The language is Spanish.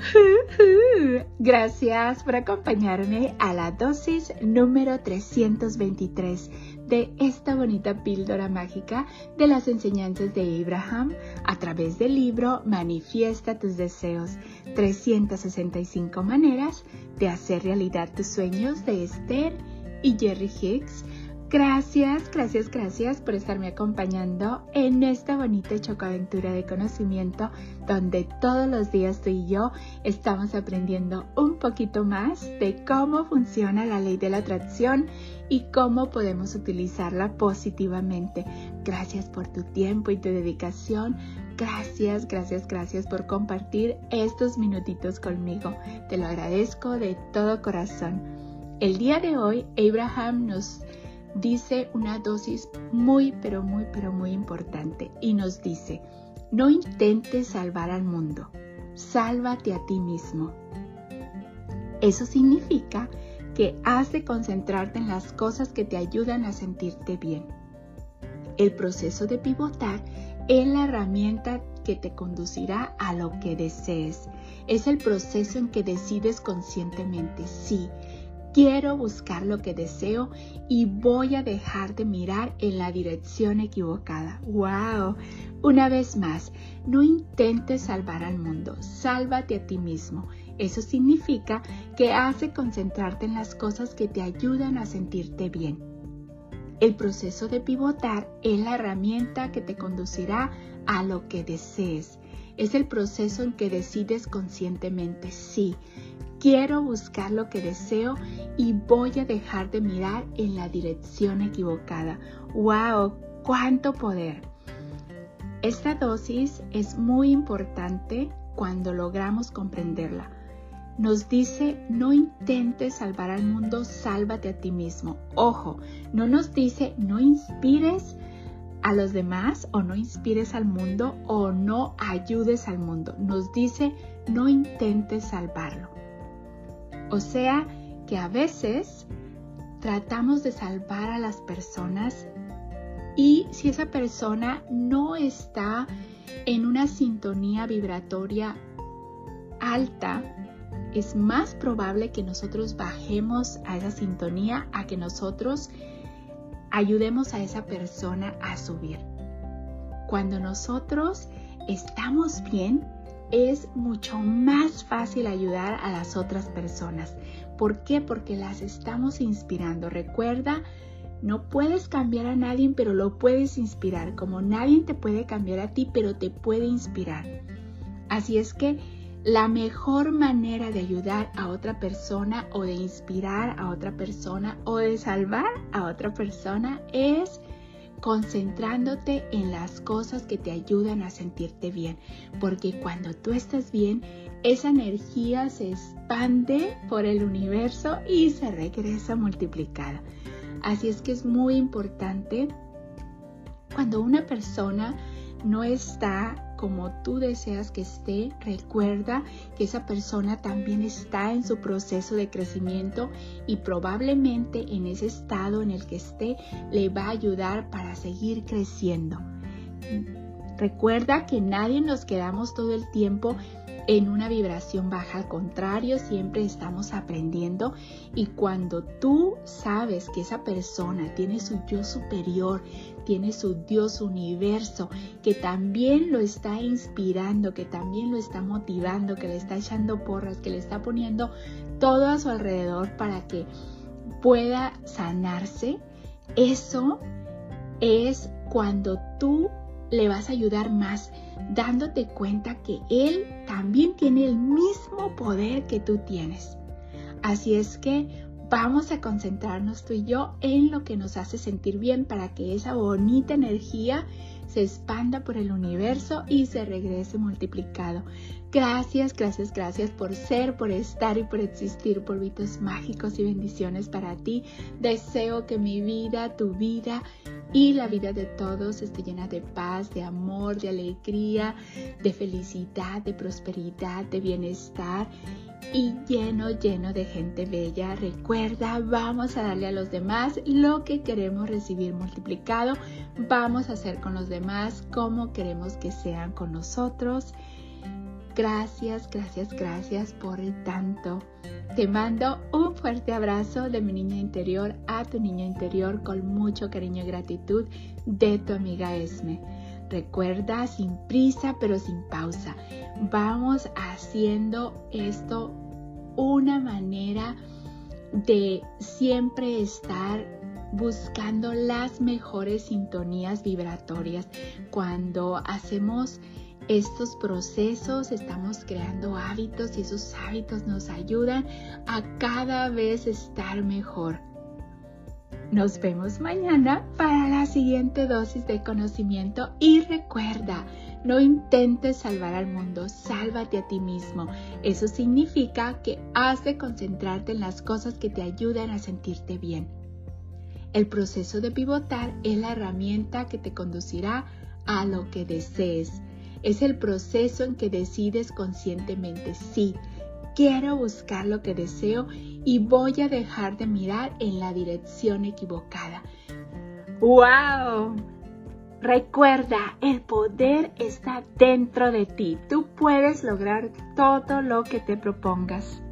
Gracias por acompañarme a la dosis número 323 de esta bonita píldora mágica de las enseñanzas de Abraham a través del libro Manifiesta tus deseos, 365 maneras de hacer realidad tus sueños, de Esther y Jerry Hicks. Gracias por estarme acompañando en esta bonita chocoaventura de conocimiento donde todos los días tú y yo estamos aprendiendo un poquito más de cómo funciona la ley de la atracción y cómo podemos utilizarla positivamente. Gracias por tu tiempo y tu dedicación. Gracias por compartir estos minutitos conmigo. Te lo agradezco de todo corazón. El día de hoy, Abraham nos dice una dosis muy importante y nos dice: no intentes salvar al mundo, sálvate a ti mismo. Eso significa que has de concentrarte en las cosas que te ayudan a sentirte bien. El proceso de pivotar es la herramienta que te conducirá a lo que desees. Es el proceso en que decides conscientemente: sí, quiero buscar lo que deseo y voy a dejar de mirar en la dirección equivocada. ¡Wow! Una vez más, no intentes salvar al mundo, sálvate a ti mismo. Eso significa que has de concentrarte en las cosas que te ayudan a sentirte bien. El proceso de pivotar es la herramienta que te conducirá a lo que desees. Es el proceso en que decides conscientemente: sí, quiero buscar lo que deseo y voy a dejar de mirar en la dirección equivocada. ¡Wow! ¡Cuánto poder! Esta dosis es muy importante cuando logramos comprenderla. Nos dice: no intentes salvar al mundo, sálvate a ti mismo. Ojo, no nos dice no inspires a los demás o no inspires al mundo o no ayudes al mundo. Nos dice: no intentes salvarlo. O sea que a veces tratamos de salvar a las personas y si esa persona no está en una sintonía vibratoria alta, es más probable que nosotros bajemos a esa sintonía a que nosotros ayudemos a esa persona a subir. Cuando nosotros estamos bien, es mucho más fácil ayudar a las otras personas. ¿Por qué? Porque las estamos inspirando. Recuerda, no puedes cambiar a nadie, pero lo puedes inspirar. Como nadie te puede cambiar a ti, pero te puede inspirar. Así es que la mejor manera de ayudar a otra persona o de inspirar a otra persona o de salvar a otra persona es concentrándote en las cosas que te ayudan a sentirte bien, porque cuando tú estás bien, esa energía se expande por el universo y se regresa multiplicada. Así es que es muy importante cuando una persona no está como tú deseas que esté, recuerda que esa persona también está en su proceso de crecimiento y probablemente en ese estado en el que esté le va a ayudar para seguir creciendo. Recuerda que nadie nos quedamos todo el tiempo en una vibración baja, al contrario, siempre estamos aprendiendo y cuando tú sabes que esa persona tiene su yo superior, tiene su Dios universo, que también lo está inspirando, que también lo está motivando, que le está echando porras, que le está poniendo todo a su alrededor para que pueda sanarse, eso es cuando tú le vas a ayudar más, dándote cuenta que él también tiene el mismo poder que tú tienes. Así es que vamos a concentrarnos tú y yo en lo que nos hace sentir bien para que esa bonita energía se expanda por el universo y se regrese multiplicado. Gracias por ser, por estar y por existir, polvitos mágicos y bendiciones para ti. Deseo que mi vida, tu vida y la vida de todos esté llena de paz, de amor, de alegría, de felicidad, de prosperidad, de bienestar y lleno de gente bella. Recuerda, vamos a darle a los demás lo que queremos recibir multiplicado. Vamos a hacer con los demás como queremos que sean con nosotros. Gracias, gracias, gracias por el tanto. Te mando un fuerte abrazo de mi niña interior a tu niña interior con mucho cariño y gratitud de tu amiga Esme. Recuerda, sin prisa pero sin pausa. Vamos haciendo esto una manera de siempre estar buscando las mejores sintonías vibratorias. Cuando hacemos estos procesos, estamos creando hábitos y esos hábitos nos ayudan a cada vez estar mejor. Nos vemos mañana para la siguiente dosis de conocimiento y recuerda, no intentes salvar al mundo, sálvate a ti mismo. Eso significa que has de concentrarte en las cosas que te ayudan a sentirte bien. El proceso de pivotar es la herramienta que te conducirá a lo que desees. Es el proceso en que decides conscientemente, sí, quiero buscar lo que deseo y voy a dejar de mirar en la dirección equivocada. ¡Wow! Recuerda, el poder está dentro de ti. Tú puedes lograr todo lo que te propongas.